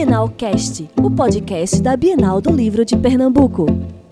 Bienalcast, o podcast da Bienal do Livro de Pernambuco.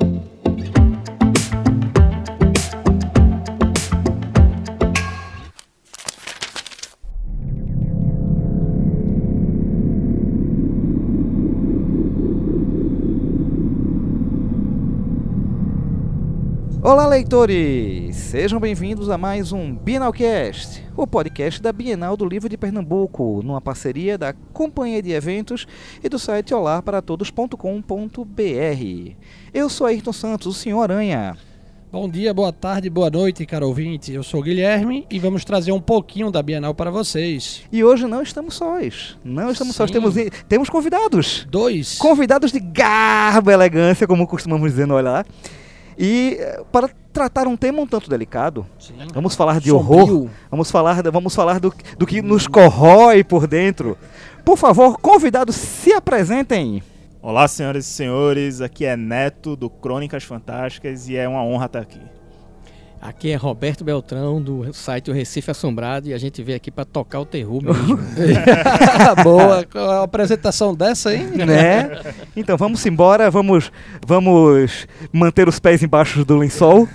Olá, leitores! Sejam bem-vindos a mais um Bienalcast, o podcast da Bienal do Livro de Pernambuco, numa parceria da Companhia de Eventos e do site olarparatodos.com.br. Eu sou Ayrton Santos, o Senhor Aranha. Bom dia, boa tarde, boa noite, caro ouvinte. Eu sou o Guilherme e vamos trazer um pouquinho da Bienal para vocês. E hoje não estamos sós. Temos convidados. Dois. Convidados de garbo e elegância, como costumamos dizer no Olhar. E para tratar um tema um tanto delicado, vamos falar de horror, vamos falar do que nos corrói por dentro. Por favor, convidados, se apresentem. Olá, senhoras e senhores, aqui é Neto do Crônicas Fantásticas e é uma honra estar aqui. Aqui é Roberto Beltrão, do site O Recife Assombrado, e a gente veio aqui para tocar o terror mesmo. Boa, a apresentação dessa aí, né? Então vamos embora, vamos manter os pés embaixo do lençol.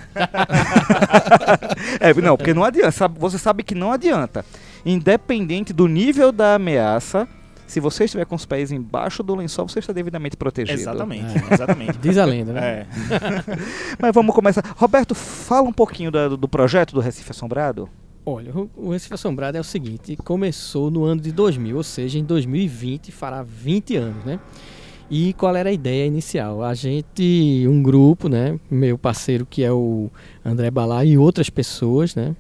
Não, porque não adianta, você sabe que não adianta. Independente do nível da ameaça, se você estiver com os pés embaixo do lençol, você está devidamente protegido. Exatamente. Diz a lenda, né? É. Mas vamos começar. Roberto, fala um pouquinho do projeto do Recife Assombrado. Olha, o Recife Assombrado é o seguinte, começou no ano de 2000, ou seja, em 2020 fará 20 anos, né? E qual era a ideia inicial? A gente, um grupo, né, meu parceiro que é o André Balá e outras pessoas, né,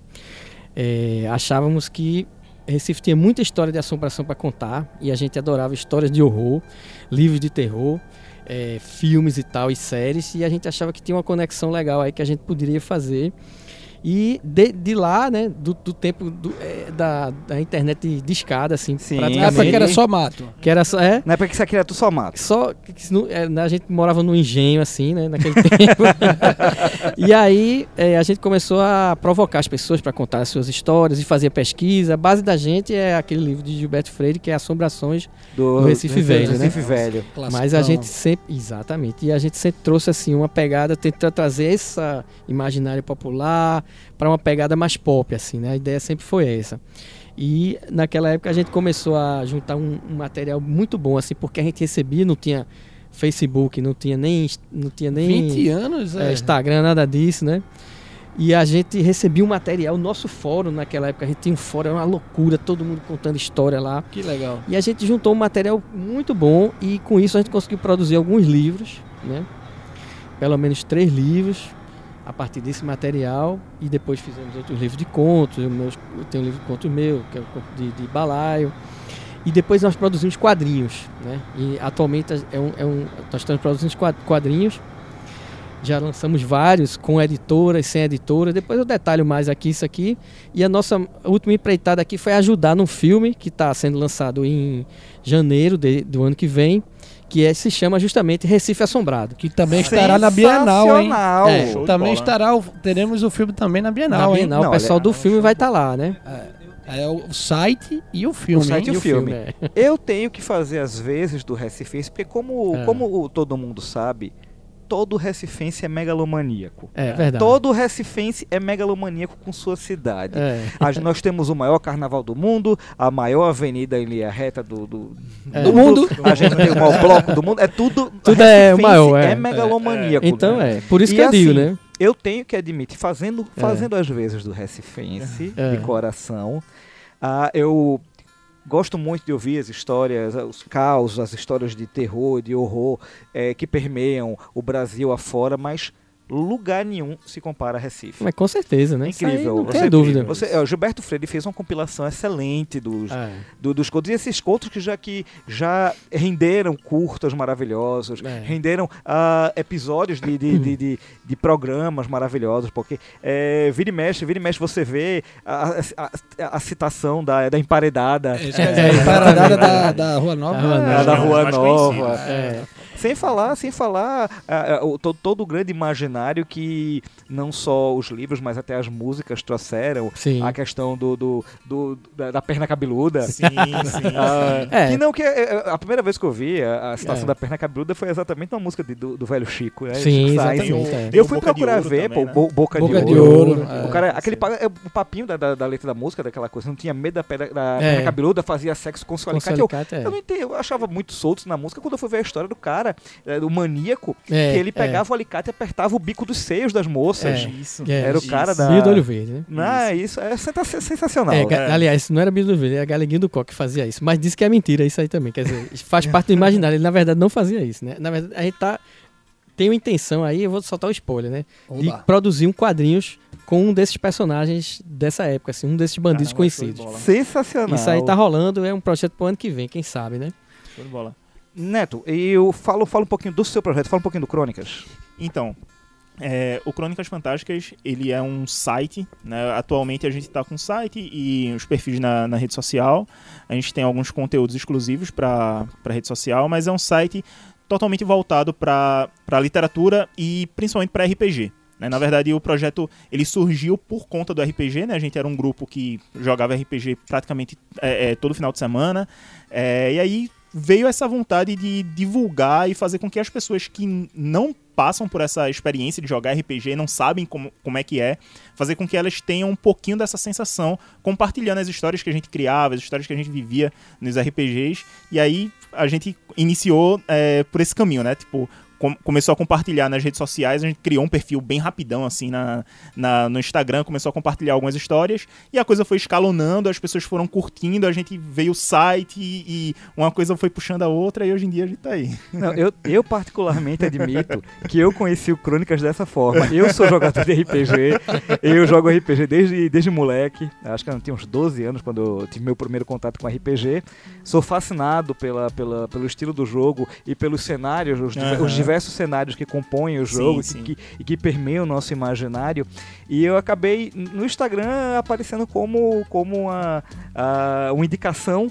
achávamos que Recife tinha muita história de assombração para contar e a gente adorava histórias de horror, livros de terror, filmes e tal, e séries, e a gente achava que tinha uma conexão legal aí que a gente poderia fazer. E de lá, né, do tempo da internet de escada, assim, sim, praticamente. Na época que era só mato. Que era só, Na época que isso aqui era tudo só mato. A gente morava no engenho, assim, né, naquele tempo. E aí a gente começou a provocar as pessoas para contar as suas histórias e fazer pesquisa. A base da gente é aquele livro de Gilberto Freire, que é Assombrações do Recife Velho, né? Recife Velho. Mas a gente sempre... Exatamente. E a gente sempre trouxe, assim, uma pegada, tentar trazer essa imaginário popular para uma pegada mais pop, assim, né? A ideia sempre foi essa. E naquela época a gente começou a juntar um material muito bom, assim, porque a gente recebia, não tinha Facebook, não tinha nem 20 anos, Instagram, nada disso, né? E a gente recebia um material, o nosso fórum naquela época, a gente tinha um fórum, era uma loucura, todo mundo contando história lá. Que legal. E a gente juntou um material muito bom e com isso a gente conseguiu produzir alguns livros, né? Pelo menos 3 livros a partir desse material, e depois fizemos outros livros de contos. Eu tenho um livro de contos meu, que é o conto de balaio, e depois nós produzimos quadrinhos, né? E atualmente nós estamos produzindo quadrinhos, já lançamos vários com editoras, sem editora, depois eu detalho mais aqui isso aqui, e a nossa última empreitada aqui foi ajudar num filme que está sendo lançado em janeiro do ano que vem, que se chama justamente Recife Assombrado. Que também estará na Bienal, hein? Também teremos o filme também na Bienal, hein? O pessoal do filme vai estar lá, né? É o site e o filme. O site e o filme. É. Eu tenho que fazer as vezes do Recifense, porque como todo mundo sabe, todo recifense é megalomaníaco. É verdade. Todo recifense é megalomaníaco com sua cidade. Nós temos o maior carnaval do mundo, a maior avenida em linha reta do mundo. A gente tem o maior bloco do mundo. Tudo é o maior. É megalomaníaco. Então né? por isso que eu digo, né? Eu tenho que admitir, fazendo as vezes do recifense, de coração, eu gosto muito de ouvir as histórias, os causos, as histórias de terror, de horror que permeiam o Brasil afora, mas lugar nenhum se compara a Recife. Mas com certeza, né? Incrível. Não tem dúvida. O Gilberto Freire fez uma compilação excelente dos contos. E esses contos que já renderam curtas maravilhosos, renderam episódios de programas maravilhosos, porque vira e mexe você vê a citação da emparedada. Emparedada da Rua Nova. Da Rua Nova. Sem falar todo o grande imaginário que não só os livros, mas até as músicas trouxeram. Sim. A questão da perna cabeluda. Sim, sim. Que a primeira vez que eu vi a citação da perna cabeluda foi exatamente uma música do velho Chico, né? Sim, exatamente. Eu fui procurar ver, também, Boca de Ouro. O cara, o papinho da letra da música, daquela coisa, não tinha medo da perna cabeluda, fazia sexo com seu alicate. Eu não entendi, eu achava muito solto na música quando eu fui ver a história do cara, do maníaco, que ele pegava o alicate e apertava o bico dos seios das moças. Era o cara da... Bilho do Olho Verde, né? Isso é sensacional. Aliás, não era Bilho do Olho Verde, era Galeguinho do Coque que fazia isso. Mas disse que é mentira isso aí também. Quer dizer, faz parte do imaginário. Ele, na verdade, não fazia isso, né? Na verdade, a gente tem uma intenção aí, eu vou soltar o spoiler, né? De produzir quadrinhos com um desses personagens dessa época, assim, um desses bandidos conhecidos. Sensacional. Isso aí tá rolando, é um projeto pro ano que vem, quem sabe, né? Show de bola. Neto, eu falo um pouquinho do seu projeto, fala um pouquinho do Crônicas. Então, o Crônicas Fantásticas, ele é um site, né? Atualmente a gente está com um site e os perfis na rede social. A gente tem alguns conteúdos exclusivos para rede social, mas é um site totalmente voltado para literatura e principalmente para RPG. Né? Na verdade, o projeto ele surgiu por conta do RPG, né? A gente era um grupo que jogava RPG praticamente todo final de semana. E aí veio essa vontade de divulgar e fazer com que as pessoas que não passam por essa experiência de jogar RPG, não sabem como é que é, fazer com que elas tenham um pouquinho dessa sensação, compartilhando as histórias que a gente criava, as histórias que a gente vivia nos RPGs, e aí a gente iniciou por esse caminho, né? Tipo, começou a compartilhar nas redes sociais, a gente criou um perfil bem rapidão, assim, no Instagram, começou a compartilhar algumas histórias, e a coisa foi escalonando, as pessoas foram curtindo, a gente veio o site e uma coisa foi puxando a outra, e hoje em dia a gente tá aí. Não, eu particularmente admito que eu conheci o Crônicas dessa forma. Eu sou jogador de RPG, eu jogo RPG desde moleque, acho que eu tinha uns 12 anos quando eu tive meu primeiro contato com RPG. Sou fascinado pelo estilo do jogo e pelos cenários, os diversos cenários que compõem o jogo e que permeiam o nosso imaginário, e eu acabei no Instagram aparecendo como uma indicação,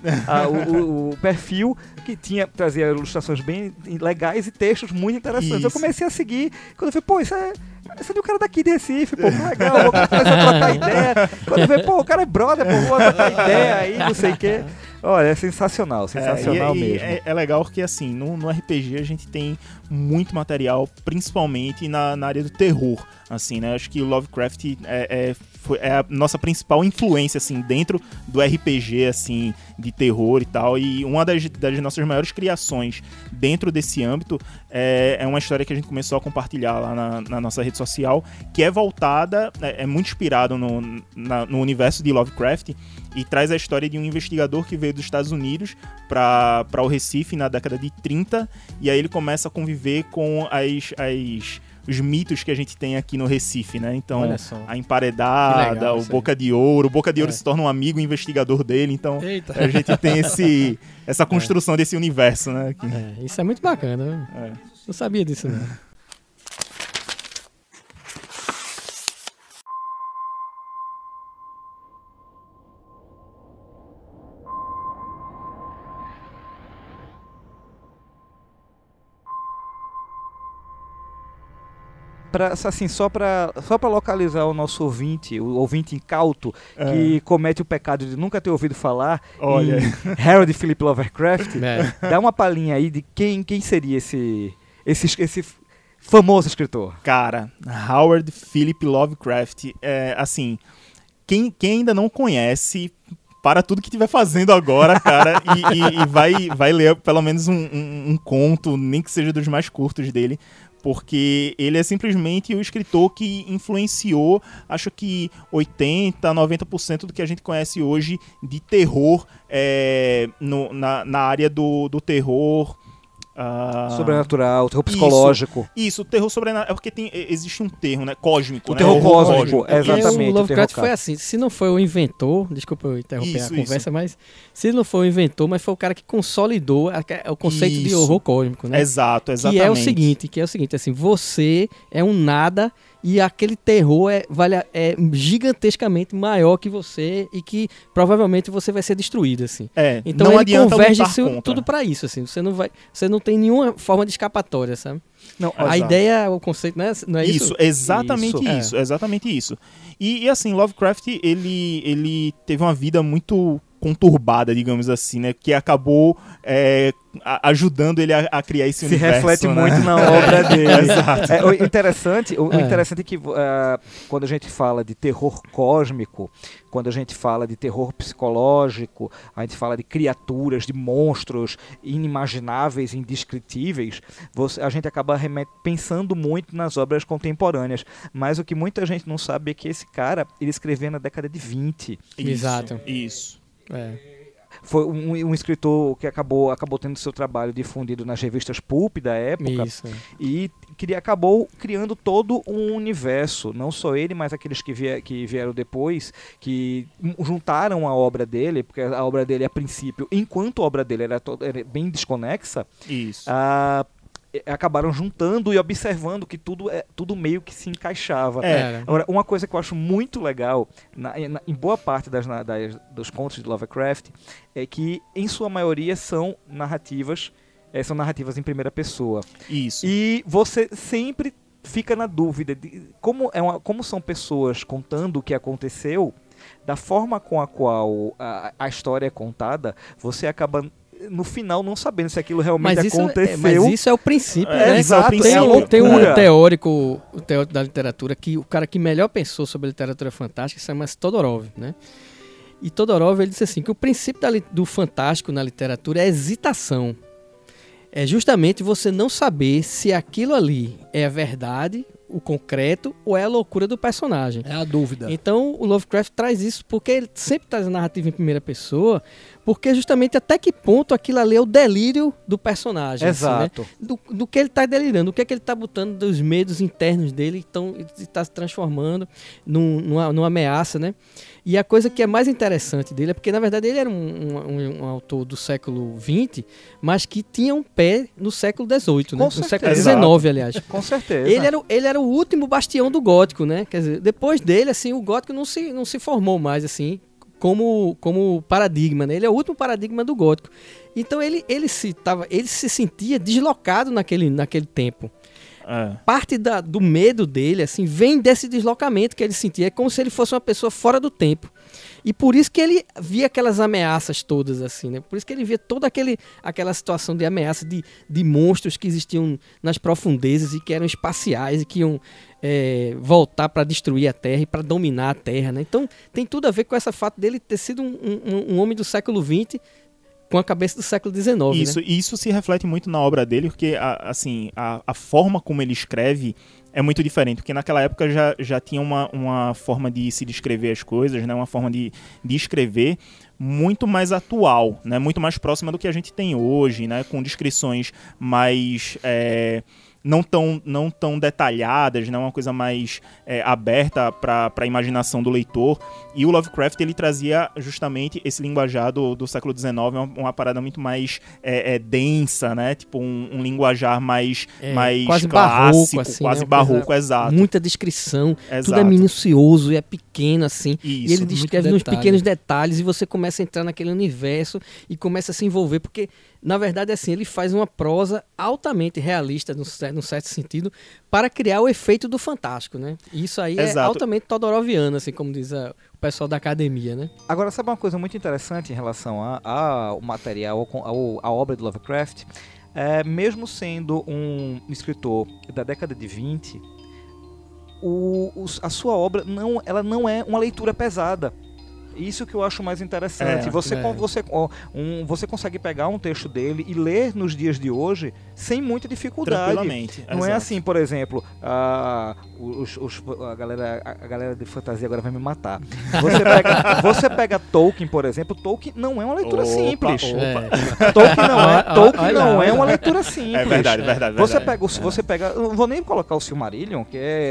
o perfil que trazia ilustrações bem legais e textos muito interessantes. Isso. Eu comecei a seguir, quando eu falei, esse é o cara daqui de Recife, pô, que legal, vou começar a trocar ideia. Quando eu falei, o cara é brother, pô, vou trocar ideia aí, não sei o quê. Olha, é sensacional mesmo. É legal porque, assim, no RPG a gente tem muito material, principalmente na área do terror, assim, né? Acho que o Lovecraft é a nossa principal influência, assim, dentro do RPG, assim, de terror e tal, e uma das nossas maiores criações dentro desse âmbito é uma história que a gente começou a compartilhar lá na nossa rede social, que é voltada, é muito inspirado no universo de Lovecraft, e traz a história de um investigador que veio dos Estados Unidos para o Recife na década de 30, e aí ele começa a conviver com os mitos que a gente tem aqui no Recife, né? Então, a emparedada, o Boca de Ouro. O Boca de Ouro se torna um amigo investigador dele, então a gente tem essa construção desse universo, né? Aqui. Isso é muito bacana, né? Não sabia disso, não. Só para localizar o nosso ouvinte, o ouvinte incauto, que comete o pecado de nunca ter ouvido falar em Harold Philip Lovecraft, dá uma palhinha aí de quem seria esse famoso escritor. Cara, Howard Philip Lovecraft, assim, quem ainda não conhece, para tudo que estiver fazendo agora, cara, e vai ler pelo menos um conto, nem que seja dos mais curtos dele, porque ele é simplesmente o escritor que influenciou, acho que 80%, 90% do que a gente conhece hoje de terror na área do terror sobrenatural, terror psicológico. Isso, terror sobrenatural. É porque existe um termo, né? Cósmico, o terror cósmico, exatamente. O Lovecraft foi assim, se não foi o inventor, desculpa eu interromper a conversa, mas se não foi o inventor, mas foi o cara que consolidou o conceito de horror cósmico, né? Exato, exatamente. Que é o seguinte, assim, você é um nada e aquele terror é gigantescamente maior que você e que provavelmente você vai ser destruído, assim. Então não ele converge tudo contra. pra isso, assim. Você não tem nenhuma forma de escapatória, sabe? Não, a ideia, o conceito, não é isso? Exatamente isso. E assim, Lovecraft, ele teve uma vida muito conturbada, digamos assim, né? Que acabou ajudando ele a criar esse universo. Se reflete muito na obra dele. Exato. O interessante é que quando a gente fala de terror cósmico, quando a gente fala de terror psicológico, a gente fala de criaturas, de monstros inimagináveis, indescritíveis, a gente acaba pensando muito nas obras contemporâneas. Mas o que muita gente não sabe é que esse cara, ele escreveu na década de 20. Exato. Isso. Foi um escritor que acabou tendo seu trabalho difundido nas revistas pulp da época. Isso. E acabou criando todo um universo, não só ele, mas aqueles que vieram depois, que juntaram a obra dele, porque a obra dele, a princípio, enquanto a obra dele era bem desconexa, isso. Acabaram juntando e observando que tudo meio que se encaixava. Agora, uma coisa que eu acho muito legal em boa parte dos contos de Lovecraft é que, em sua maioria, são narrativas em primeira pessoa. Isso. E você sempre fica na dúvida de como são pessoas contando o que aconteceu, da forma com a qual a história é contada, você acaba no final não sabendo se aquilo realmente aconteceu. Mas isso é o princípio, né? Exato. Tem um teórico da literatura, que o cara que melhor pensou sobre a literatura fantástica chama-se Todorov, né? E Todorov, ele disse assim, que o princípio do fantástico na literatura é a hesitação. É justamente você não saber se aquilo ali é a verdade, o concreto, ou é a loucura do personagem. É a dúvida. Então o Lovecraft traz isso porque ele sempre traz a narrativa em primeira pessoa, porque justamente até que ponto aquilo ali é o delírio do personagem. Exato. Assim, né? Do que ele está delirando, o que é que ele está botando dos medos internos dele, então ele está se transformando numa ameaça, né? E a coisa que é mais interessante dele é porque, na verdade, ele era um autor do século XX, mas que tinha um pé no século XVIII, né? No século XIX, aliás. Com certeza. Ele era o último bastião do gótico, né? Quer dizer, depois dele, assim, o gótico não se formou mais, assim, como paradigma, né? Ele é o último paradigma do gótico. Então ele se sentia deslocado naquele tempo. Parte do medo dele, assim, vem desse deslocamento que ele sentia. É como se ele fosse uma pessoa fora do tempo. E por isso que ele via aquelas ameaças todas, assim, né? Por isso que ele via toda aquela situação de ameaça de monstros que existiam nas profundezas e que eram espaciais e que iam voltar para destruir a Terra e para dominar a Terra, né? Então tem tudo a ver com esse fato dele ter sido um homem do século XX com a cabeça do século XIX. Isso, né? E isso se reflete muito na obra dele, porque a forma como ele escreve é muito diferente, porque naquela época já tinha uma forma de se descrever as coisas, né? Uma forma de escrever muito mais atual, né? Muito mais próxima do que a gente tem hoje, né? Com descrições mais não tão detalhadas, né? Uma coisa mais aberta para a imaginação do leitor. E o Lovecraft, ele trazia justamente esse linguajar do século XIX, uma parada muito mais densa, né? Tipo um linguajar mais quase clássico, barroco, assim, quase né? barroco, exato. Muita descrição, Exato. Tudo é minucioso e é pequeno, assim. Isso, e ele descreve nos pequenos detalhes e você começa a entrar naquele universo e começa a se envolver, porque, na verdade, assim, ele faz uma prosa altamente realista, num certo sentido, para criar o efeito do fantástico, né? E isso aí Exato. é altamente todoroviano, assim, como diz o pessoal da academia, né? Agora, sabe uma coisa muito interessante em relação ao material, à obra de Lovecraft? Mesmo sendo um escritor da década de 20, a sua obra ela não é uma leitura pesada. Isso que eu acho mais interessante. Você consegue pegar um texto dele e ler nos dias de hoje sem muita dificuldade. Tranquilamente. Não é assim, por exemplo, a galera de fantasia agora vai me matar. Você pega Tolkien, por exemplo. Tolkien não é uma leitura simples. Tolkien não é uma leitura simples. É verdade. Você pega, não vou nem colocar o Silmarillion, que é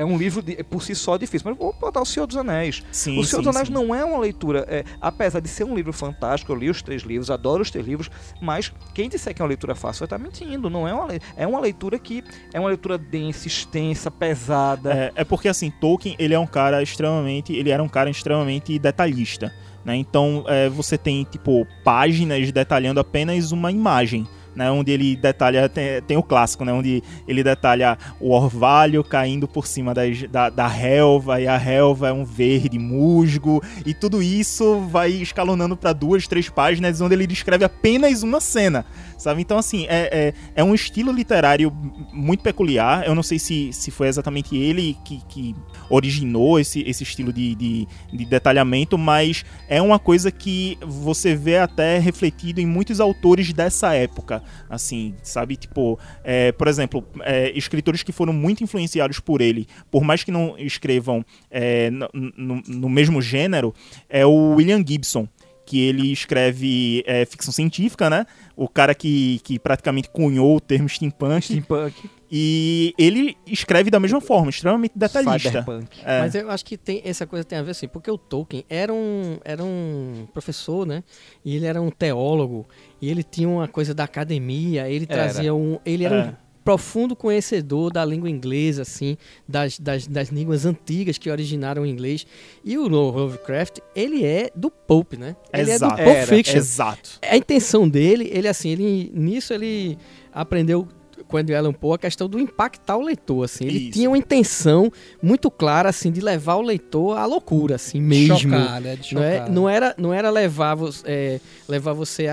é um livro por si só difícil, mas vou botar O Senhor dos Anéis. Sim, O Senhor dos Anéis sim. não é uma leitura, apesar de ser um livro fantástico, eu li os 3 livros, adoro os 3 livros, mas quem disser que é uma leitura fácil vai estar mentindo. Não é uma leitura que é uma leitura densa, extensa, pesada. É porque assim, Tolkien, ele era um cara extremamente detalhista, né? Então você tem tipo páginas detalhando apenas uma imagem, né, onde ele detalha, tem o clássico, né, onde ele detalha o orvalho caindo por cima da relva, e a relva é um verde musgo, e tudo isso vai escalonando para 2, 3 páginas onde ele descreve apenas uma cena, sabe? Então assim, é um estilo literário muito peculiar. Eu não sei se foi exatamente ele que originou esse estilo de detalhamento, mas é uma coisa que você vê até refletido em muitos autores dessa época, assim, sabe? Tipo, por exemplo, escritores que foram muito influenciados por ele, por mais que não escrevam no mesmo gênero, é o William Gibson, que ele escreve ficção científica, né? O cara que praticamente cunhou o termo steampunk. E ele escreve da mesma forma, extremamente detalhista. Mas eu acho que essa coisa tem a ver assim, porque o Tolkien era um professor, né? E ele era um teólogo, e ele tinha uma coisa da academia, ele trazia ele era um profundo conhecedor da língua inglesa, assim, das línguas antigas que originaram o inglês. E o Lovecraft, ele é do pulp, né? Ele é do Pulp Fiction. Exato. A intenção dele, ele aprendeu com Edgar Allan Poe a questão do impactar o leitor, assim. Ele tinha uma intenção muito clara, assim, de levar o leitor à loucura, assim, mesmo. Chocar, né? De chocar. Não era levar você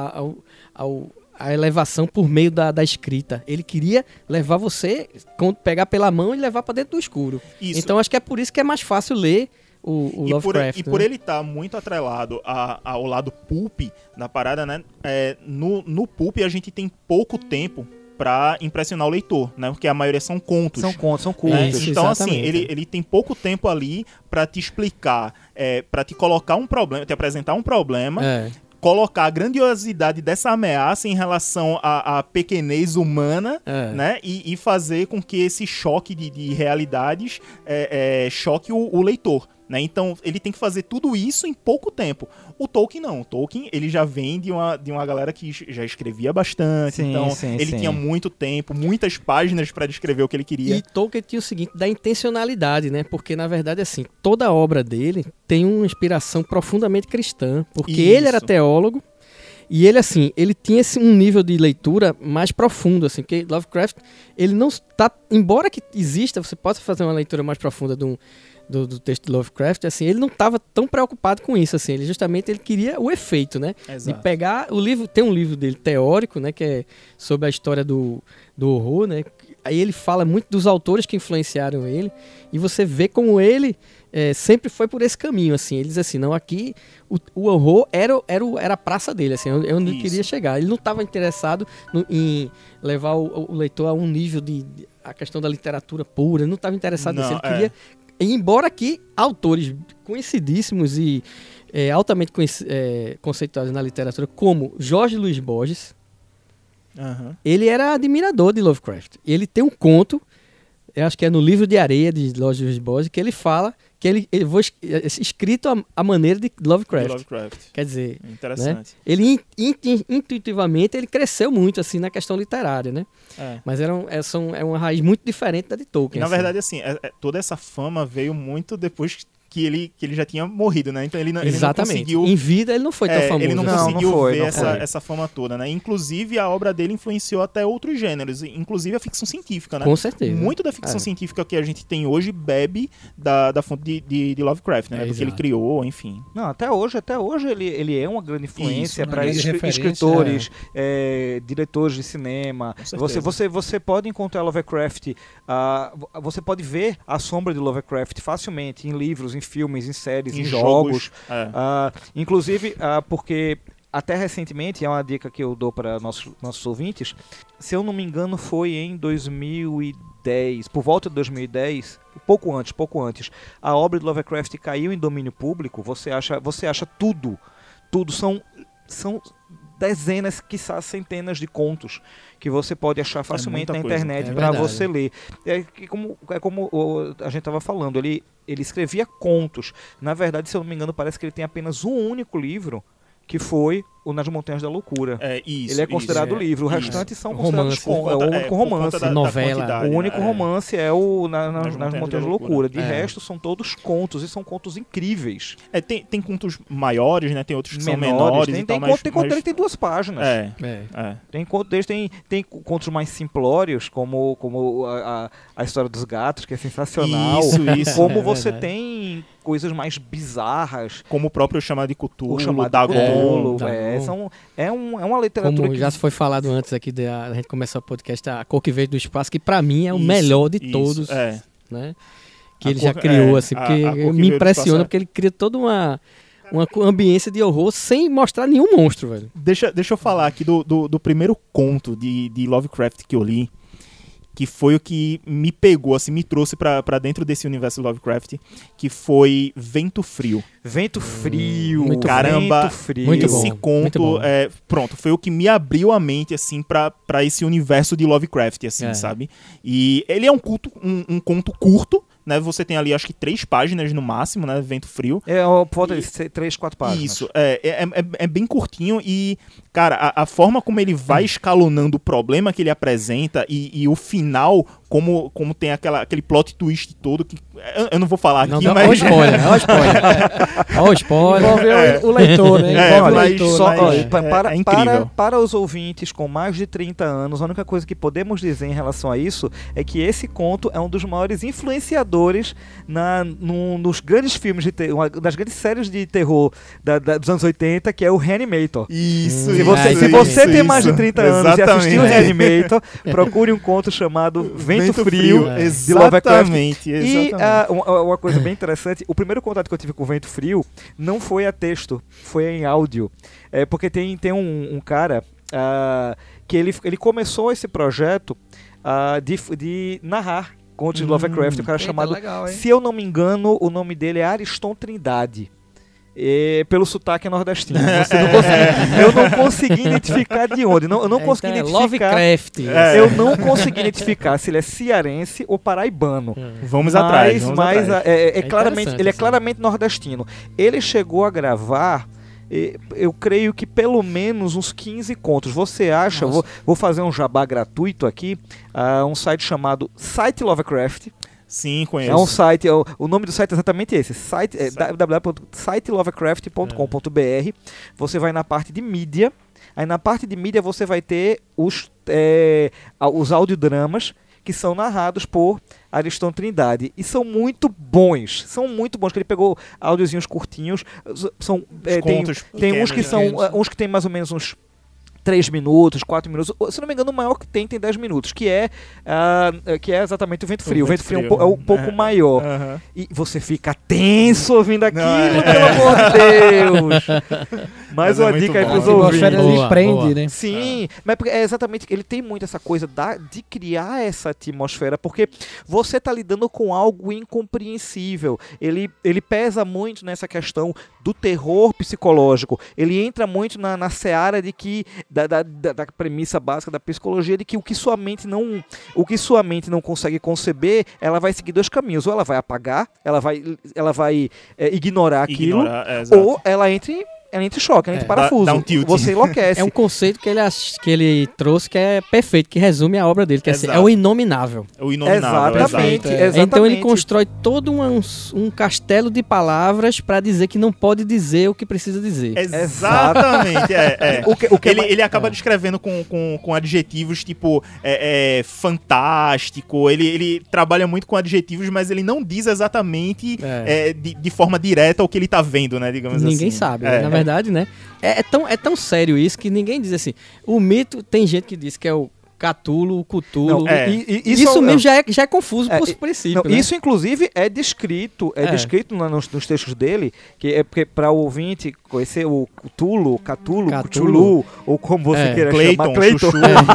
a elevação por meio da escrita. Ele queria levar você, pegar pela mão e levar para dentro do escuro. Isso. Então acho que é por isso que é mais fácil ler o Lovecraft. Por ele estar muito atrelado ao lado pulp da parada, né? No pulp a gente tem pouco tempo para impressionar o leitor, né? Porque a maioria são contos. São curtos. Então, assim, ele tem pouco tempo ali para te explicar, para te colocar um problema, te apresentar um problema, colocar a grandiosidade dessa ameaça em relação à pequenez humana, né? E fazer com que esse choque de realidades choque o leitor, né? Então ele tem que fazer tudo isso em pouco tempo. O Tolkien não. O Tolkien, ele já vem de uma galera que já escrevia bastante, ele tinha muito tempo, muitas páginas para descrever o que ele queria. E Tolkien tinha o seguinte, da intencionalidade, né? Porque na verdade, assim, toda a obra dele tem uma inspiração profundamente cristã, porque ele era teólogo. E ele, assim, ele tinha um nível de leitura mais profundo, assim, porque Lovecraft, ele não está... Embora que exista, você possa fazer uma leitura mais profunda do texto de Lovecraft, assim, ele não estava tão preocupado com isso, assim, ele queria o efeito, né? Exato. De pegar o livro, tem um livro dele teórico, né, que é sobre a história do horror, né? Aí ele fala muito dos autores que influenciaram ele, e você vê como ele sempre foi por esse caminho, assim. Ele diz assim, não, aqui o horror era a praça dele, assim, onde ele queria chegar. Ele não estava interessado em levar o leitor a um nível a questão da literatura pura, ele não estava interessado nisso, ele queria... Embora que autores conhecidíssimos e altamente conceituados na literatura, como Jorge Luiz Borges, ele era admirador de Lovecraft. Ele tem um conto, eu acho que é no Livro de Areia, de Jorge Luiz Borges, que ele fala que ele escrito à maneira de Lovecraft. Quer dizer, interessante. Né? Ele intuitivamente ele cresceu muito assim na questão literária, né? Mas é uma raiz muito diferente da de Tolkien. E, na verdade, assim, toda essa fama veio muito depois que ele já tinha morrido, né? Então ele não conseguiu... Em vida ele não foi tão famoso. Ele não conseguiu ver essa fama toda, né? Inclusive, a obra dele influenciou até outros gêneros, inclusive a ficção científica, né? Com certeza. Muito da ficção científica que a gente tem hoje bebe da fonte de Lovecraft, né? Do que ele criou, enfim. Não, até hoje ele é uma grande influência para escritores, diretores de cinema. Você pode encontrar Lovecraft, você pode ver a sombra de Lovecraft facilmente em livros, em filmes, em séries, em jogos. Inclusive, porque até recentemente, é uma dica que eu dou para nossos ouvintes, se eu não me engano foi em 2010, por volta de 2010, pouco antes, a obra de Lovecraft caiu em domínio público. Você acha tudo são dezenas, quiçá centenas de contos que você pode achar facilmente na internet para você ler. É como a gente estava falando, ele escrevia contos. Na verdade, se eu não me engano, parece que ele tem apenas um único livro, que foi o Nas Montanhas da Loucura. Ele é considerado livro. O restante são considerados contos. É o único romance. Novela. O único romance é o Nas Montanhas da Loucura. De resto, são todos contos. E são contos incríveis. Tem contos maiores, né? Tem outros que são menores. Tem conto dele que tem 2 páginas. Tem conto deles, tem contos mais simplórios, como a história dos gatos, que é sensacional. Isso. Como você tem coisas mais bizarras. Como o próprio Chamado de Cthulhu, Dagon. É uma literatura como já foi falado antes aqui a gente começar o podcast, a Cor que Veio do Espaço, que pra mim é o melhor de todos, né? Que ele já criou, assim, porque me impressiona, porque ele cria toda uma ambiência de horror sem mostrar nenhum monstro, velho. Deixa eu falar aqui do primeiro conto de Lovecraft que eu li, que foi o que me pegou, assim, me trouxe pra dentro desse universo Lovecraft, que foi Vento Frio. Vento Frio, caramba, Vento Frio. Esse conto, pronto, foi o que me abriu a mente, assim, pra esse universo de Lovecraft, assim, sabe? E ele é um conto curto, né? Você tem ali, acho que 3 páginas no máximo, né? Vento Frio. Pode ser 3, 4 páginas. Isso, é bem curtinho e, cara, a forma como ele vai escalonando o problema que ele apresenta e o final, como tem aquele plot twist todo, que eu não vou falar aqui, mas... Olha o spoiler. Envolve o leitor, né? É incrível. Para os ouvintes com mais de 30 anos, a única coisa que podemos dizer em relação a isso é que esse conto é um dos maiores influenciadores nos grandes filmes de terror, uma das grandes séries de terror dos anos 80, que é o Reanimator. Isso. Se você tem mais de 30 anos e assistiu o Reanimator, procure um conto chamado Vento Frio, de Lovecraft. E uma coisa bem interessante, o primeiro contato que eu tive com o Vento Frio não foi a texto, foi em áudio. Porque tem um cara que ele começou esse projeto de narrar contos de Lovecraft, um cara chamado, se eu não me engano, o nome dele é Ariston Trindade. Pelo sotaque nordestino. Eu não consegui identificar de onde. Eu não consegui identificar. Lovecraft. Eu não consegui identificar se ele é cearense ou paraibano. Vamos atrás. Ele é claramente nordestino. Ele chegou a gravar, eu creio que pelo menos uns 15 contos. Você acha? Vou fazer um jabá gratuito aqui. Um site chamado Site Lovecraft. Sim, conheço. É um site, o nome do site é exatamente esse, www.sitelovecraft.com.br. Você vai na parte de mídia, aí na parte de mídia você vai ter os audiodramas que são narrados por Ariston Trindade, e são muito bons, que ele pegou áudiozinhos curtinhos, tem uns que são, uns que tem mais ou menos uns 3 minutos, 4 minutos, se não me engano o maior que tem 10 minutos, que é exatamente o Vento Frio. O Vento Frio é um pouco maior. E você fica tenso ouvindo aquilo, pelo amor de Deus. Mais uma dica aí pros ouvintes. Ele prende, né? Sim, mas é exatamente, ele tem muito essa coisa de criar essa atmosfera, porque você tá lidando com algo incompreensível. Ele pesa muito nessa questão do terror psicológico. Ele entra muito na seara de que da premissa básica da psicologia, de que o que sua mente não consegue conceber, ela vai seguir 2 caminhos. Ou ela vai apagar, ela vai ignorar aquilo, ou ela entra em choque, entra em parafuso. Dá um tilt. Você enlouquece. É um conceito que ele trouxe que é perfeito, que resume a obra dele, que é o inominável. O inominável, exatamente. Então ele constrói todo um castelo de palavras para dizer que não pode dizer o que precisa dizer. Exatamente. Ele acaba descrevendo com adjetivos tipo fantástico. Ele trabalha muito com adjetivos, mas ele não diz exatamente de forma direta o que ele tá vendo, né? Digamos assim. Ninguém sabe. Na verdade, né? É tão sério isso que ninguém diz assim. O mito, tem gente que diz que é o Cthulhu, o Cthulhu. Isso mesmo já é confuso por princípio. Né? Isso, inclusive, é descrito nos textos dele, que é porque para o ouvinte conhecer o Cthulhu, ou como você queira chamar, Clayton.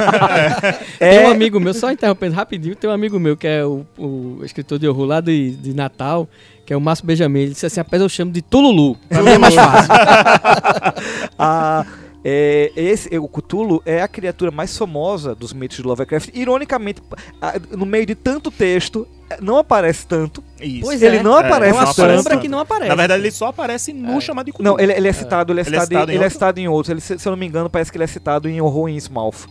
Tem um amigo meu, só interrompendo rapidinho, tem um amigo meu que é o escritor de horror lá de Natal, que é o Márcio Benjamin. Ele disse assim: apesar eu chamo de Tululu, pra mim é mais fácil. o Cthulhu é a criatura mais famosa dos mitos de Lovecraft. Ironicamente, no meio de tanto texto, não aparece tanto. Isso. Pois ele não aparece tanto. É uma sombra que não aparece. Na verdade, ele só aparece no chamado de Cthulhu. Não, ele é citado, ele é citado em outros. Se eu não me engano, parece que ele é citado em Horror in Innsmouth.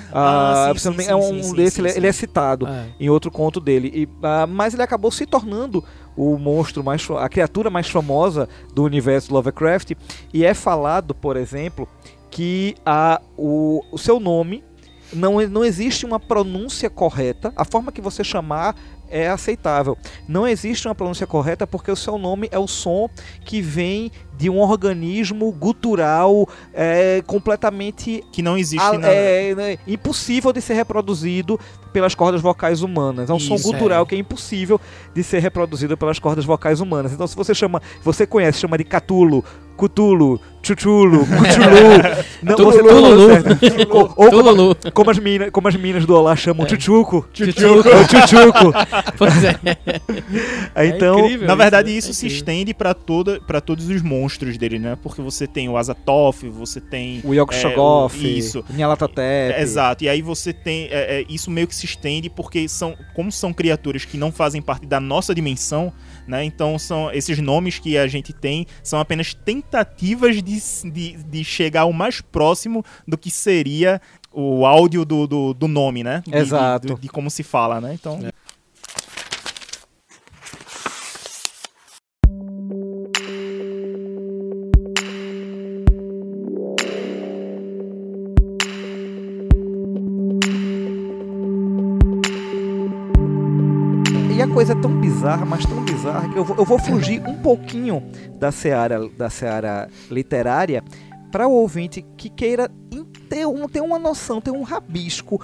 Ele é citado em outro conto dele. Mas ele acabou se tornando o monstro a criatura mais famosa do universo Lovecraft. E é falado, por exemplo, que o seu nome não existe uma pronúncia correta. A forma que você chamar é aceitável. Não existe uma pronúncia correta porque o seu nome é o som que vem de um organismo gutural completamente... Que não existe impossível de ser reproduzido pelas cordas vocais humanas. É um som gutural que é impossível de ser reproduzido pelas cordas vocais humanas. Então, se você chama de Cthulhu, Cthulhu, Chuchulu, Cuchulu. Não, você não falou certo. Ou como as meninas do Olá chamam Chuchuco. Chuchuco. Pois é. Então, incrível, na verdade, isso se estende para todos os monstros dele, né? Porque você tem o Azathoth, você tem o Yog-Sothoth, Nyarlathotep. Exato. E aí você tem isso meio que se estende porque como são criaturas que não fazem parte da nossa dimensão, né? Então esses nomes que a gente tem são apenas tentativas de chegar o mais próximo do que seria o áudio do nome, né? Exato. De como se fala, né? Então... E a coisa é tão bizarra, mas tão bizarra, que eu vou fugir um pouquinho da seara literária para o ouvinte que queira ter uma noção, ter um rabisco,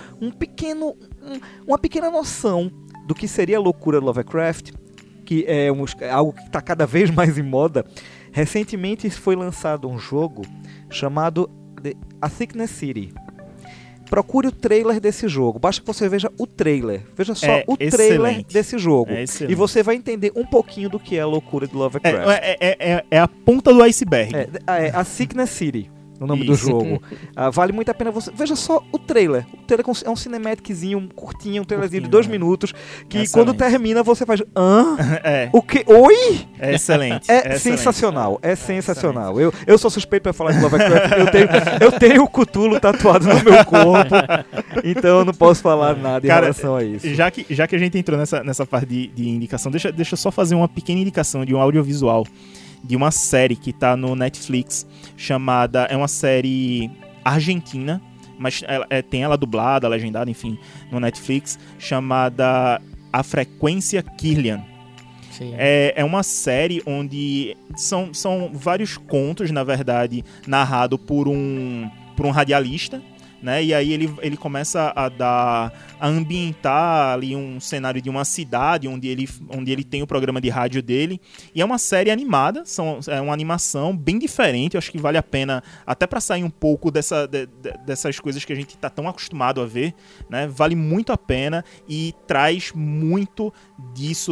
uma pequena noção do que seria a loucura do Lovecraft, que é algo que está cada vez mais em moda. Recentemente foi lançado um jogo chamado A Sickness City. Procure o trailer desse jogo. Basta que você veja o trailer. Veja só o trailer desse jogo. E você vai entender um pouquinho do que é a loucura de Lovecraft. É a ponta do iceberg. A Sickness City, o nome do jogo. Vale muito a pena você... Veja só o trailer. O trailer é um cinematiczinho curtinho, um trailerzinho de 2 minutos, que quando termina você faz... Hã? O quê? Oi? É excelente. Sensacional. É sensacional. Eu sou suspeito pra falar de Lovecraft. Eu tenho o Cthulhu tatuado no meu corpo. Então eu não posso falar nada em relação a isso. Já que a gente entrou nessa parte de indicação, deixa eu só fazer uma pequena indicação de um audiovisual de uma série que tá no Netflix, é uma série argentina, mas tem ela dublada, legendada, enfim, no Netflix, chamada A Frequência Kirlian. Sim. É uma série onde são vários contos, na verdade, narrado por um radialista, né? E aí ele começa a ambientar ali um cenário de uma cidade onde ele tem o programa de rádio dele. E é uma série animada, é uma animação bem diferente. Eu acho que vale a pena, até para sair um pouco dessas coisas que a gente tá tão acostumado a ver, né? Vale muito a pena e traz muito disso,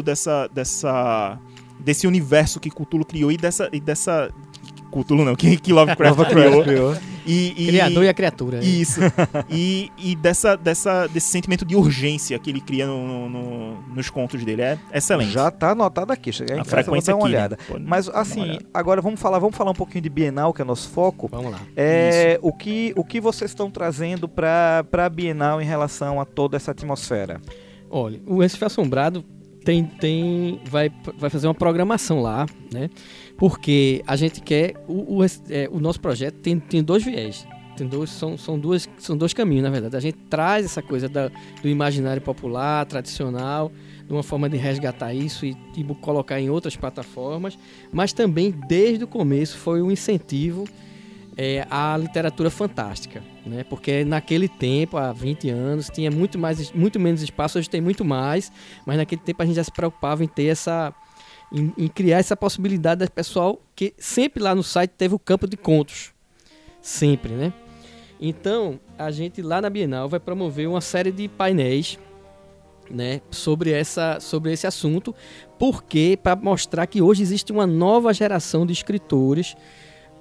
desse universo que Cthulhu criou e dessa Cthulhu não, que Lovecraft criou. Criador e a criatura. Isso. E desse sentimento de urgência que ele cria nos contos dele. É excelente. Já tá anotado aqui. Chegar em casa, vou dar uma olhada. Mas, assim, agora vamos falar um pouquinho de Bienal, que é nosso foco. Vamos lá. O que vocês estão trazendo para a Bienal em relação a toda essa atmosfera? Olha, o Recife Assombrado vai fazer uma programação lá, né? Porque a gente quer... O nosso projeto tem 2 viés. São dois caminhos, na verdade. A gente traz essa coisa do imaginário popular, tradicional, de uma forma de resgatar isso e colocar em outras plataformas, mas também, desde o começo, foi um incentivo à literatura fantástica, né? Porque naquele tempo, há 20 anos, tinha muito menos espaço, hoje tem muito mais, mas naquele tempo a gente já se preocupava em ter em criar essa possibilidade do pessoal, que sempre lá no site teve o campo de contos, sempre, né? Então, a gente lá na Bienal vai promover uma série de painéis, né, sobre esse assunto, porque para mostrar que hoje existe uma nova geração de escritores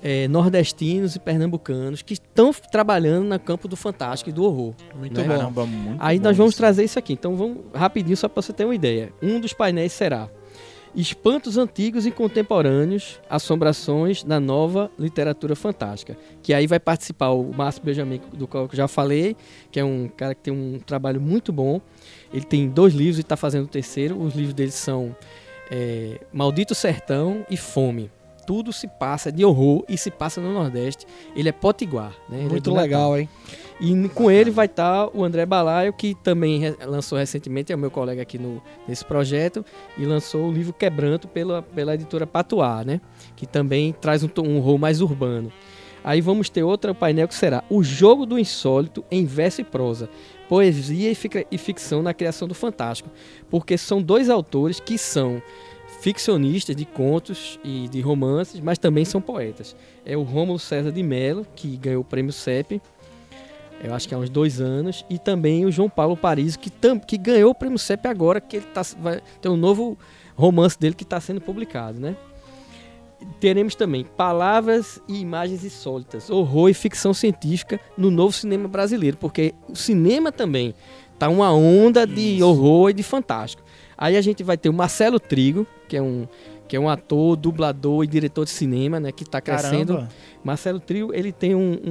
nordestinos e pernambucanos que estão trabalhando no campo do fantástico e do horror. Muito né? bom. Caramba, muito Aí bom nós vamos isso. trazer isso aqui. Então vamos rapidinho só para você ter uma ideia. Um dos painéis será Espantos Antigos e Contemporâneos, Assombrações na Nova Literatura Fantástica. Que aí vai participar o Márcio Benjamin, do qual eu já falei, que é um cara que tem um trabalho muito bom. Ele tem 2 livros e está fazendo o terceiro. Os livros dele são Maldito Sertão e Fome. Tudo se passa de horror e se passa no Nordeste. Ele é potiguar, né? Ele Muito é do legal, Natal. hein? E com ele vai estar o André Balaio, que também lançou recentemente, é o meu colega aqui nesse projeto, e lançou o livro Quebranto pela editora Patuá, né? Que também traz um horror mais urbano. Aí vamos ter outro painel que será O Jogo do Insólito em Verso e Prosa. Poesia e ficção na criação do fantástico. Porque são 2 autores que são ficcionistas de contos e de romances, mas também são poetas. É o Rômulo César de Mello, que ganhou o prêmio CEP, eu acho que há uns 2 anos, e também o João Paulo Paris, que ganhou o prêmio CEP agora, que ele vai ter um novo romance dele que está sendo publicado, né? Teremos também Palavras e Imagens Insólitas, horror e ficção científica no novo cinema brasileiro, porque o cinema também tá uma onda de horror e de fantástico. Aí a gente vai ter o Marcelo Trigo, que é um ator, dublador e diretor de cinema, né, que está crescendo. Caramba. Marcelo Trigo, ele tem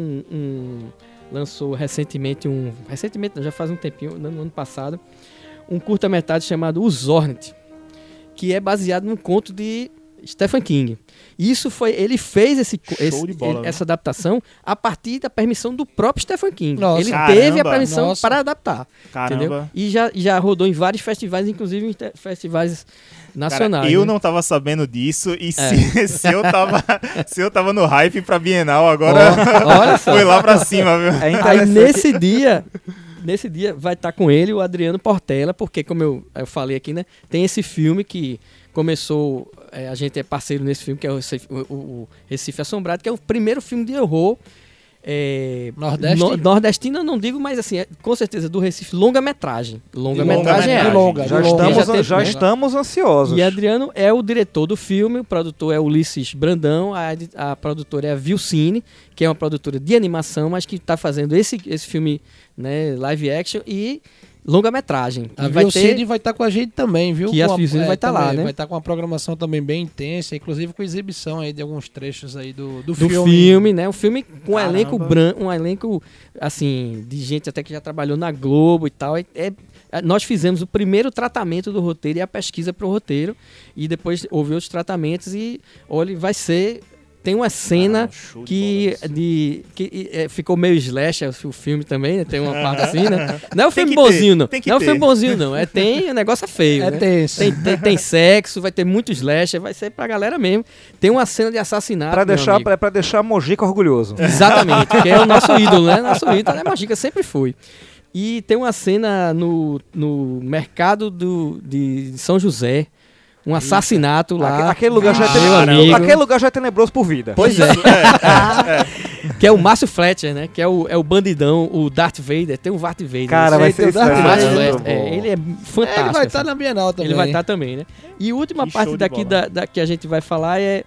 lançou recentemente não, já faz um tempinho, no ano passado, um curta-metragem chamado Os Hornet, que é baseado num conto de Stephen King. Ele fez essa adaptação a partir da permissão do próprio Stephen King. Nossa. Ele Caramba. teve a permissão para adaptar. Caramba. Entendeu? E já rodou em vários festivais, inclusive em festivais nacionais. Cara, eu né? não tava sabendo disso e se eu tava no hype pra Bienal, agora Olha só. foi lá pra cima, viu? É Aí interessante. nesse dia vai estar com ele o Adriano Portela, porque como eu falei aqui, né, tem esse filme que começou, a gente é parceiro nesse filme, que é o Recife Assombrado, que é o primeiro filme de horror nordestino, eu não digo, mas assim, com certeza do Recife, longa-metragem. Longa-metragem Já estamos ansiosos. E Adriano é o diretor do filme, o produtor é Ulisses Brandão, a produtora é a Vilcine, que é uma produtora de animação, mas que está fazendo esse filme, né, live action e longa-metragem. A Vilcine vai estar com a gente também, viu? Que a Vilcine vai estar lá, né? Vai estar com uma programação também bem intensa, inclusive com exibição aí de alguns trechos aí do filme, né? Um filme com um elenco Caramba. um elenco, assim, de gente até que já trabalhou na Globo e tal. Nós fizemos o primeiro tratamento do roteiro e a pesquisa para o roteiro, e depois houve outros tratamentos e, olha, vai ser... Tem uma cena que ficou meio slasher o filme também, né? Tem uma parte assim, né? Não é um filme bonzinho, não. Não é um filme bonzinho, não. O negócio é feio. É né? tenso. Tem sexo, vai ter muito slasher, vai ser pra galera mesmo. Tem uma cena de assassinato. Pra deixar Mojica orgulhoso. Exatamente, que é o nosso ídolo, né? Nosso ídolo, né? Mojica sempre foi. E tem uma cena no mercado de São José. Um assassinato lá. Aquele lugar já é tenebroso por vida. Pois é. Que é o Márcio Fletcher, né? Que é o bandidão, o Darth Vader. Tem o Darth Vader. Cara, vai ser isso. Márcio Fletcher. Ele é fantástico. Ele vai estar na Bienal também. Ele vai estar também, né? E a última parte daqui que a gente vai falar é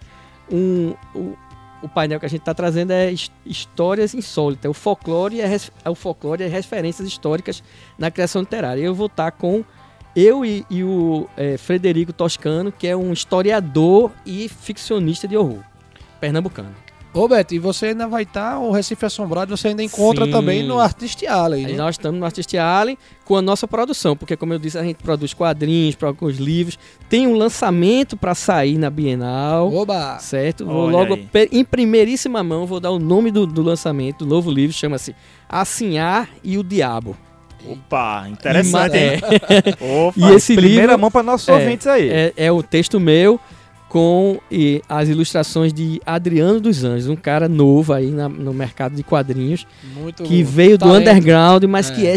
o painel que a gente está trazendo é histórias insólitas. O folclore e referências históricas na criação literária. Eu vou estar com... Eu e o Frederico Toscano, que é um historiador e ficcionista de horror, pernambucano. Ô Beto, e você ainda vai estar, o Recife Assombrado, você ainda encontra também no Artist Alley, né? Aí nós estamos no Artist Alley com a nossa produção, porque como eu disse, a gente produz quadrinhos, produz livros, tem um lançamento para sair na Bienal. Oba! Certo? Vou logo, em primeiríssima mão, vou dar o nome do lançamento, do novo livro, chama-se Assinhar e o Diabo. Opa, interessante, hein? E esse primeira livro, mão para nossos ouvintes aí. É o texto meu com as ilustrações de Adriano dos Anjos, um cara novo aí no mercado de quadrinhos, que veio do underground, mas que é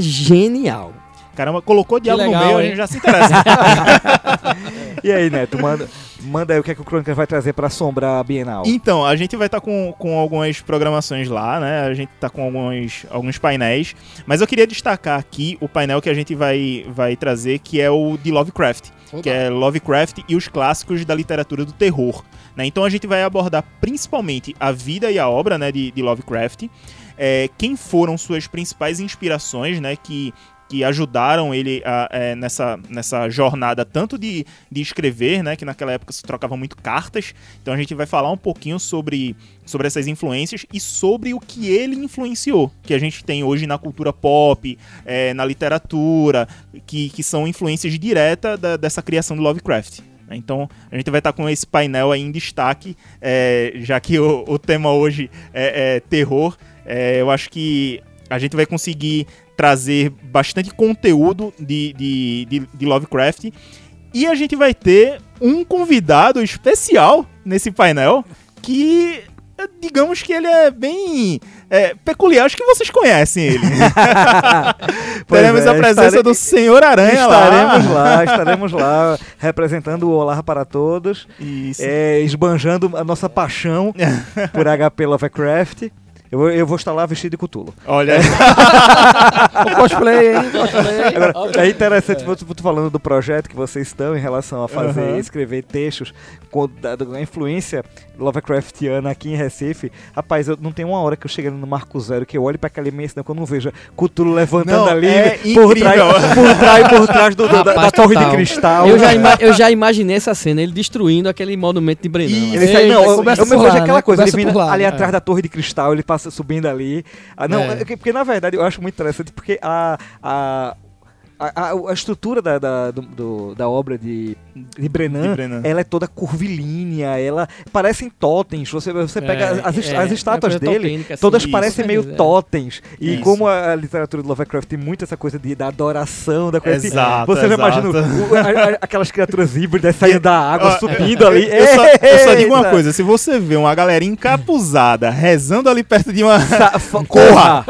genial. Caramba, colocou diabo no meio, a gente já se interessa. E aí, Neto, Manda aí o que é que o Crônicas vai trazer para assombrar a Bienal. Então, a gente vai estar com algumas programações lá, né? A gente tá com alguns painéis. Mas eu queria destacar aqui o painel que a gente vai trazer, que é o de Lovecraft. Que é Lovecraft e os clássicos da literatura do terror. Né? Então a gente vai abordar principalmente a vida e a obra, né, de Lovecraft. Quem foram suas principais inspirações, né, que ajudaram ele nessa jornada tanto de escrever, né, que naquela época se trocava muito cartas. Então a gente vai falar um pouquinho sobre essas influências e sobre o que ele influenciou, que a gente tem hoje na cultura pop, na literatura, que são influências diretas dessa criação do Lovecraft. Então a gente vai estar com esse painel aí em destaque, já que o tema hoje é terror. Eu acho que a gente vai conseguir trazer bastante conteúdo de Lovecraft. E a gente vai ter um convidado especial nesse painel, que digamos que ele é bem peculiar. Acho que vocês conhecem ele. Teremos a presença do Senhor Aranha Estaremos lá representando o Olá para Todos. Isso. Esbanjando a nossa paixão por HP Lovecraft. Eu vou estar lá vestido de Cthulhu. Olha. O cosplay, hein? Agora, é interessante, tu falando do projeto que vocês estão em relação a fazer, escrever textos da influência Lovecraftiana aqui em Recife. Rapaz, eu não tenho uma hora que eu cheguei no Marco Zero que eu olhe para aquela imensidão, que eu não vejo Cthulhu levantando ali por trás da torre de cristal. Eu já imaginei essa cena, ele destruindo aquele monumento de Brenão. Eu vejo aquela coisa, ele vindo ali atrás da torre de cristal, ele passa subindo ali. Porque na verdade eu acho muito interessante, porque a estrutura da obra de Brennan, ela é toda curvilínea, ela parecem totens. Você pega as estátuas dele, assim, todas parecem meio totens. E como a literatura do Lovecraft tem muito essa coisa da adoração, da coisa exato, você já imagina aquelas criaturas híbridas saindo da água, subindo ali. Eu só digo uma coisa, se você vê uma galera encapuzada rezando ali perto de uma... Corra!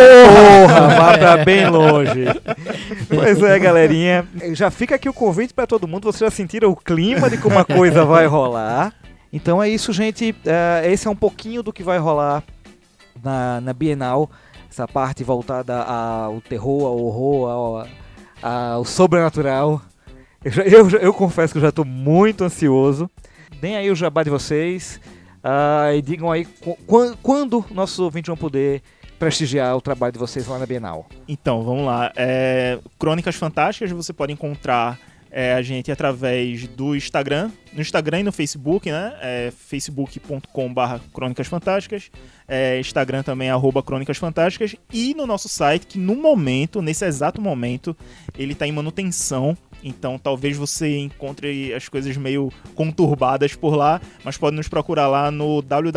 Vá pra bem longe. Pois é, galerinha. Já fica aqui o convite pra todo mundo. Vocês já sentiram o clima de como a coisa vai rolar. Então é isso, gente. Esse é um pouquinho do que vai rolar na Bienal. Essa parte voltada ao terror, ao horror, ao sobrenatural. Eu confesso que eu já estou muito ansioso. Deem aí o jabá de vocês. E digam aí quando nossos ouvintes vão poder prestigiar o trabalho de vocês lá na Bienal. Então, vamos lá. Crônicas Fantásticas, você pode encontrar a gente através do Instagram, no Instagram e no Facebook, né? facebook.com/Crônicas Fantásticas, Instagram também @Crônicas Fantásticas, e no nosso site, que no momento, nesse exato momento, ele está em manutenção. Então talvez você encontre as coisas meio conturbadas por lá, mas pode nos procurar lá no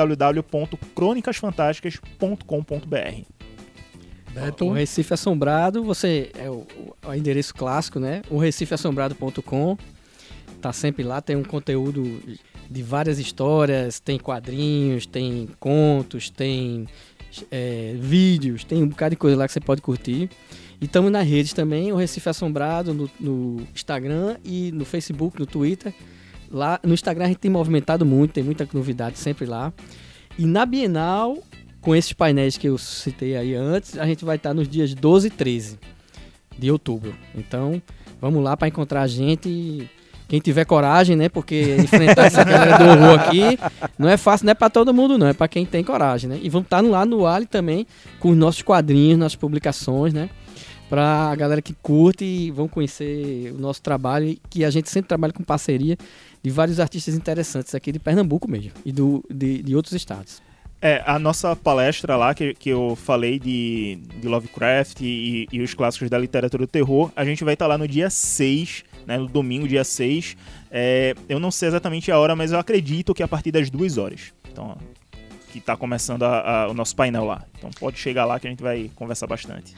www.cronicasfantásticas.com.br. O Recife Assombrado, é o endereço clássico, né? O recifeassombrado.com, tá sempre lá, tem um conteúdo de várias histórias, tem quadrinhos, tem contos, tem vídeos, tem um bocado de coisa lá que você pode curtir. E estamos nas redes também, o Recife Assombrado no Instagram e no Facebook, no Twitter. Lá no Instagram a gente tem movimentado muito, tem muita novidade sempre lá. E na Bienal, com esses painéis que eu citei aí antes, a gente vai estar nos dias 12 e 13 de outubro. Então, vamos lá para encontrar a gente. Quem tiver coragem, né? Porque enfrentar essa galera do horror aqui não é fácil, não é para todo mundo, não. É para quem tem coragem, né? E vamos estar lá no Ali também com os nossos quadrinhos, nossas publicações, né? Para a galera que curte e vão conhecer o nosso trabalho, que a gente sempre trabalha com parceria de vários artistas interessantes aqui de Pernambuco mesmo e de outros estados. A nossa palestra lá, que eu falei de Lovecraft e os clássicos da literatura do terror, a gente vai estar lá no dia 6, né, no domingo, dia 6. Eu não sei exatamente a hora, mas eu acredito que é a partir das 2 horas. Então, que está começando o nosso painel lá. Então pode chegar lá que a gente vai conversar bastante.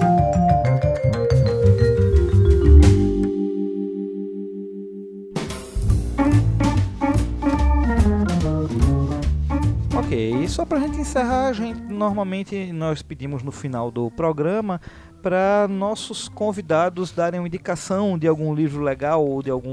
Ok, e só pra gente encerrar, normalmente nós pedimos no final do programa para nossos convidados darem uma indicação de algum livro legal ou de algum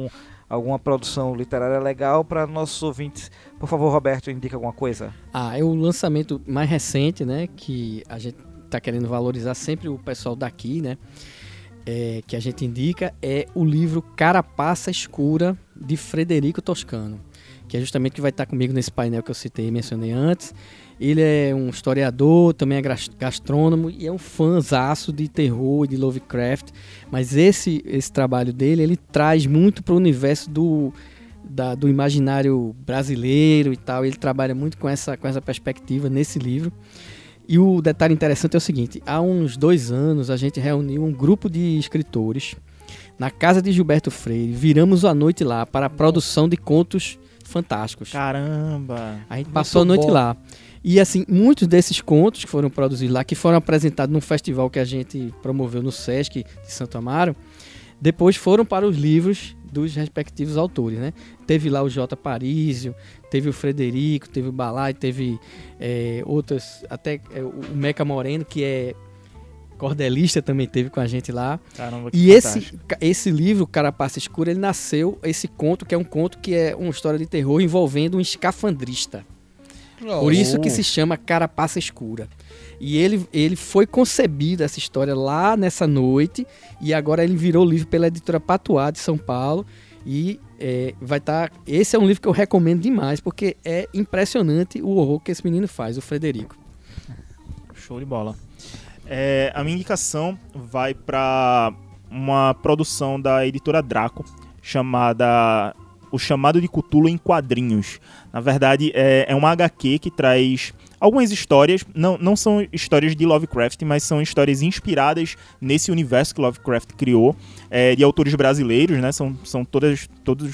alguma produção literária legal para nossos ouvintes. Por favor, Roberto, indica alguma coisa. É o lançamento mais recente, né, que a gente está querendo valorizar sempre o pessoal daqui, né, que a gente indica, é o livro Carapaça Escura, de Frederico Toscano, que é justamente que vai estar comigo nesse painel que eu citei e mencionei antes. Ele é um historiador, também é gastrônomo e é um fãzaço de terror e de Lovecraft, mas esse trabalho dele, ele traz muito para o universo do imaginário brasileiro e tal. Ele trabalha muito com essa perspectiva nesse livro. E o detalhe interessante é o seguinte: há uns 2 anos a gente reuniu um grupo de escritores na casa de Gilberto Freire, viramos a noite lá para a produção de contos fantásticos. Caramba! A gente passou a noite lá. E assim, muitos desses contos que foram produzidos lá, que foram apresentados num festival que a gente promoveu no Sesc de Santo Amaro, depois foram para os livros dos respectivos autores, né? Teve lá o J. Parísio, teve o Frederico, teve o Balai, teve outras, até o Meca Moreno, que é cordelista, também teve com a gente lá. Caramba, que e fantástico. esse livro, Carapaça Escura, ele nasceu, esse conto, que é um conto que é uma história de terror envolvendo um escafandrista. Por isso que se chama Carapaça Escura. E ele foi concebido, essa história, lá nessa noite, e agora ele virou livro pela editora Patuá, de São Paulo, e vai estar... Esse é um livro que eu recomendo demais, porque é impressionante o horror que esse menino faz, o Frederico. Show de bola. A minha indicação vai para uma produção da editora Draco, chamada O Chamado de Cthulhu em Quadrinhos. Na verdade, é uma HQ que traz algumas histórias, não são histórias de Lovecraft, mas são histórias inspiradas nesse universo que Lovecraft criou, de autores brasileiros, né? São todas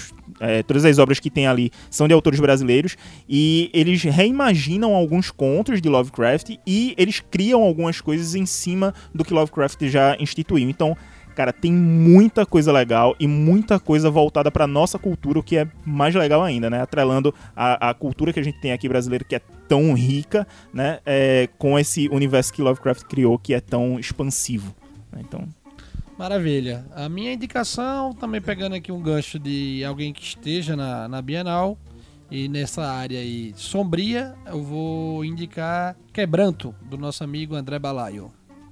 as obras que tem ali são de autores brasileiros, e eles reimaginam alguns contos de Lovecraft e eles criam algumas coisas em cima do que Lovecraft já instituiu. Então, cara, tem muita coisa legal e muita coisa voltada para nossa cultura, o que é mais legal ainda, né? Atrelando a cultura que a gente tem aqui brasileira, que é tão rica, né? Com esse universo que Lovecraft criou, que é tão expansivo. Então... Maravilha. A minha indicação, também pegando aqui um gancho de alguém que esteja na Bienal e nessa área aí sombria, eu vou indicar Quebranto, do nosso amigo André Balaio.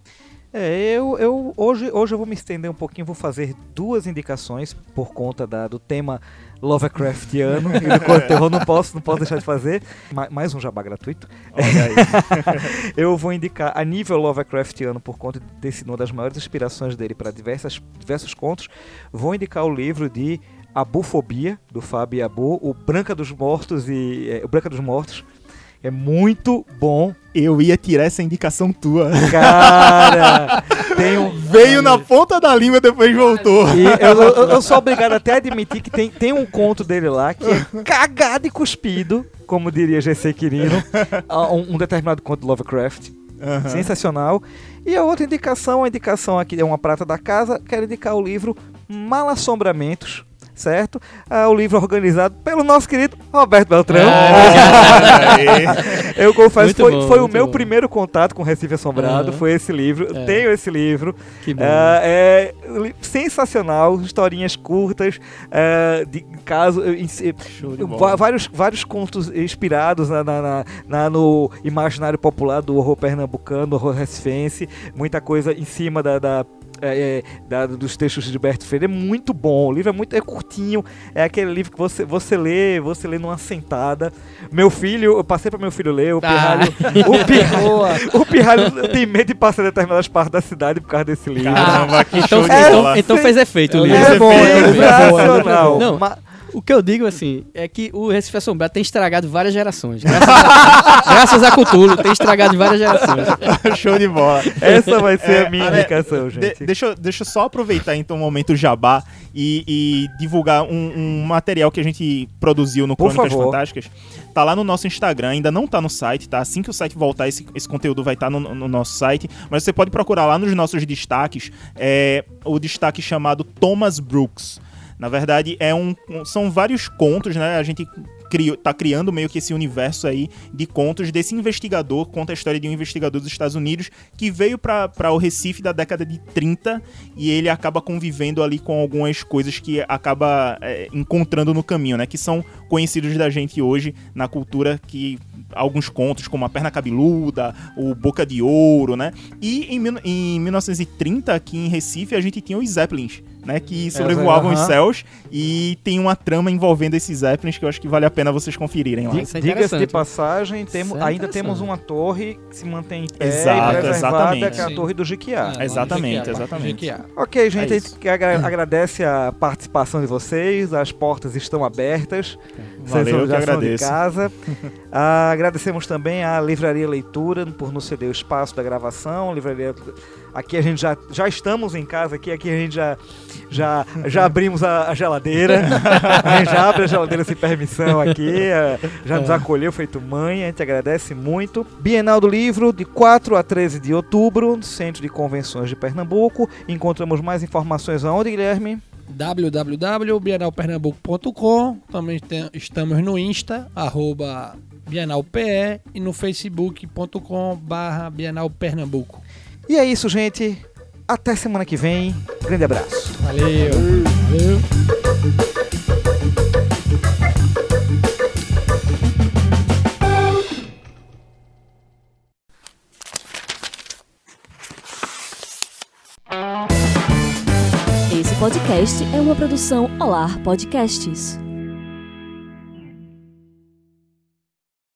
Hoje eu vou me estender um pouquinho, vou fazer 2 indicações por conta do tema Lovecraftiano e do Conto Terror, não posso deixar de fazer. Mais um jabá gratuito. Olha aí. Eu vou indicar a nível Lovecraftiano, por conta de ter sido uma das maiores inspirações dele para diversos contos. Vou indicar o livro de Abufobia, do Fábio Abu, o Branca dos Mortos o Branca dos Mortos. É muito bom. Eu ia tirar essa indicação tua. Cara, veio na ponta da língua e depois voltou. E eu sou obrigado até a admitir que tem um conto dele lá que é cagado e cuspido, como diria G.C. Quirino, um determinado conto de Lovecraft. Uhum. Sensacional. E a outra indicação, aqui é uma prata da casa, quero indicar o livro Malassombramentos, certo? O livro organizado pelo nosso querido Roberto Beltrão. Eu confesso, foi o meu primeiro contato com Recife Assombrado, foi esse livro. Tenho esse livro. Que bom. É sensacional, historinhas curtas, de caso, vários contos inspirados no imaginário popular do horror pernambucano, do horror recifense, muita coisa em cima dos textos de Gilberto Freire. É muito bom, o livro é curtinho, é aquele livro que você lê numa sentada. Eu passei para meu filho ler, o Pirralho tem medo de passar em determinadas partes da cidade por causa desse livro. Caramba, que show de bola. Então fez efeito o livro. É bom, é sensacional. Não, o que eu digo, assim, é que o Recife Assombrado tem estragado várias gerações. Graças a Cthulhu, tem estragado várias gerações. Show de bola. Essa vai ser a minha indicação, gente. Deixa eu só aproveitar, então, o momento jabá e divulgar um material que a gente produziu no Crônicas Fantásticas. Tá lá no nosso Instagram, ainda não tá no site, tá? Assim que o site voltar, esse conteúdo vai estar no nosso site. Mas você pode procurar lá nos nossos destaques, o destaque chamado Thomas Brooks. Na verdade, são vários contos, né? A gente tá criando meio que esse universo aí de contos desse investigador, conta a história de um investigador dos Estados Unidos que veio para o Recife da década de 30 e ele acaba convivendo ali com algumas coisas que acaba encontrando no caminho, né? Que são conhecidos da gente hoje na cultura, que alguns contos como A Perna Cabeluda, o Boca de Ouro, né? E em 1930, aqui em Recife, a gente tinha os Zeppelins, né, que sobrevoavam os céus, e tem uma trama envolvendo esses Zeppelins que eu acho que vale a pena vocês conferirem lá. Diga-se de passagem, ainda temos uma torre que se mantém em pé exatamente. que é a Torre do Jequiá. Exatamente. Ok, gente, a gente agradece a participação de vocês, as portas estão abertas. Valeu, eu que agradeço. De casa. Agradecemos também à Livraria Leitura por nos ceder o espaço da gravação. Aqui a gente já estamos em casa, aqui a gente já abrimos a geladeira. A gente já abre a geladeira sem permissão aqui. Já nos acolheu, feito mãe. A gente agradece muito. Bienal do Livro, de 4 a 13 de outubro, no Centro de Convenções de Pernambuco. Encontramos mais informações aonde, Guilherme? www.bienalpernambuco.com. Também estamos no Insta, @bienalpe, e no facebook.com/bienalpernambuco. E é isso, gente. Até semana que vem. Grande abraço. Valeu. Esse podcast é uma produção Olar Podcasts.